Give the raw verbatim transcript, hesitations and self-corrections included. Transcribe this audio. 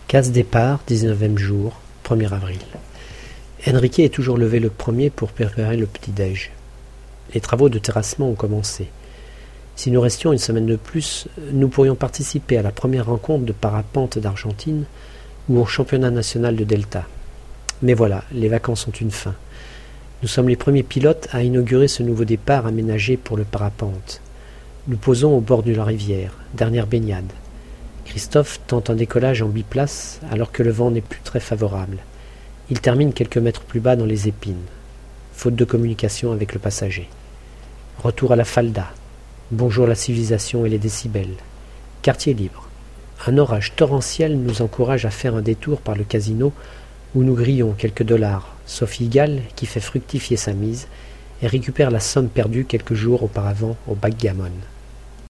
Case départ, dix-neuvième jour, premier avril. Enrique est toujours levé le premier pour préparer le petit-déj. Les travaux de terrassement ont commencé. Si nous restions une semaine de plus, nous pourrions participer à la première rencontre de parapente d'Argentine ou au championnat national de Delta. Mais voilà, les vacances ont une fin. Nous sommes les premiers pilotes à inaugurer ce nouveau départ aménagé pour le parapente. Nous posons au bord de la rivière, dernière baignade. Christophe tente un décollage en biplace alors que le vent n'est plus très favorable. Il termine quelques mètres plus bas dans les épines. Faute de communication avec le passager. Retour à la falda. Bonjour la civilisation et les décibels. Quartier libre. Un orage torrentiel nous encourage à faire un détour par le casino où nous grillons quelques dollars, sauf Igal qui fait fructifier sa mise et récupère la somme perdue quelques jours auparavant au backgammon.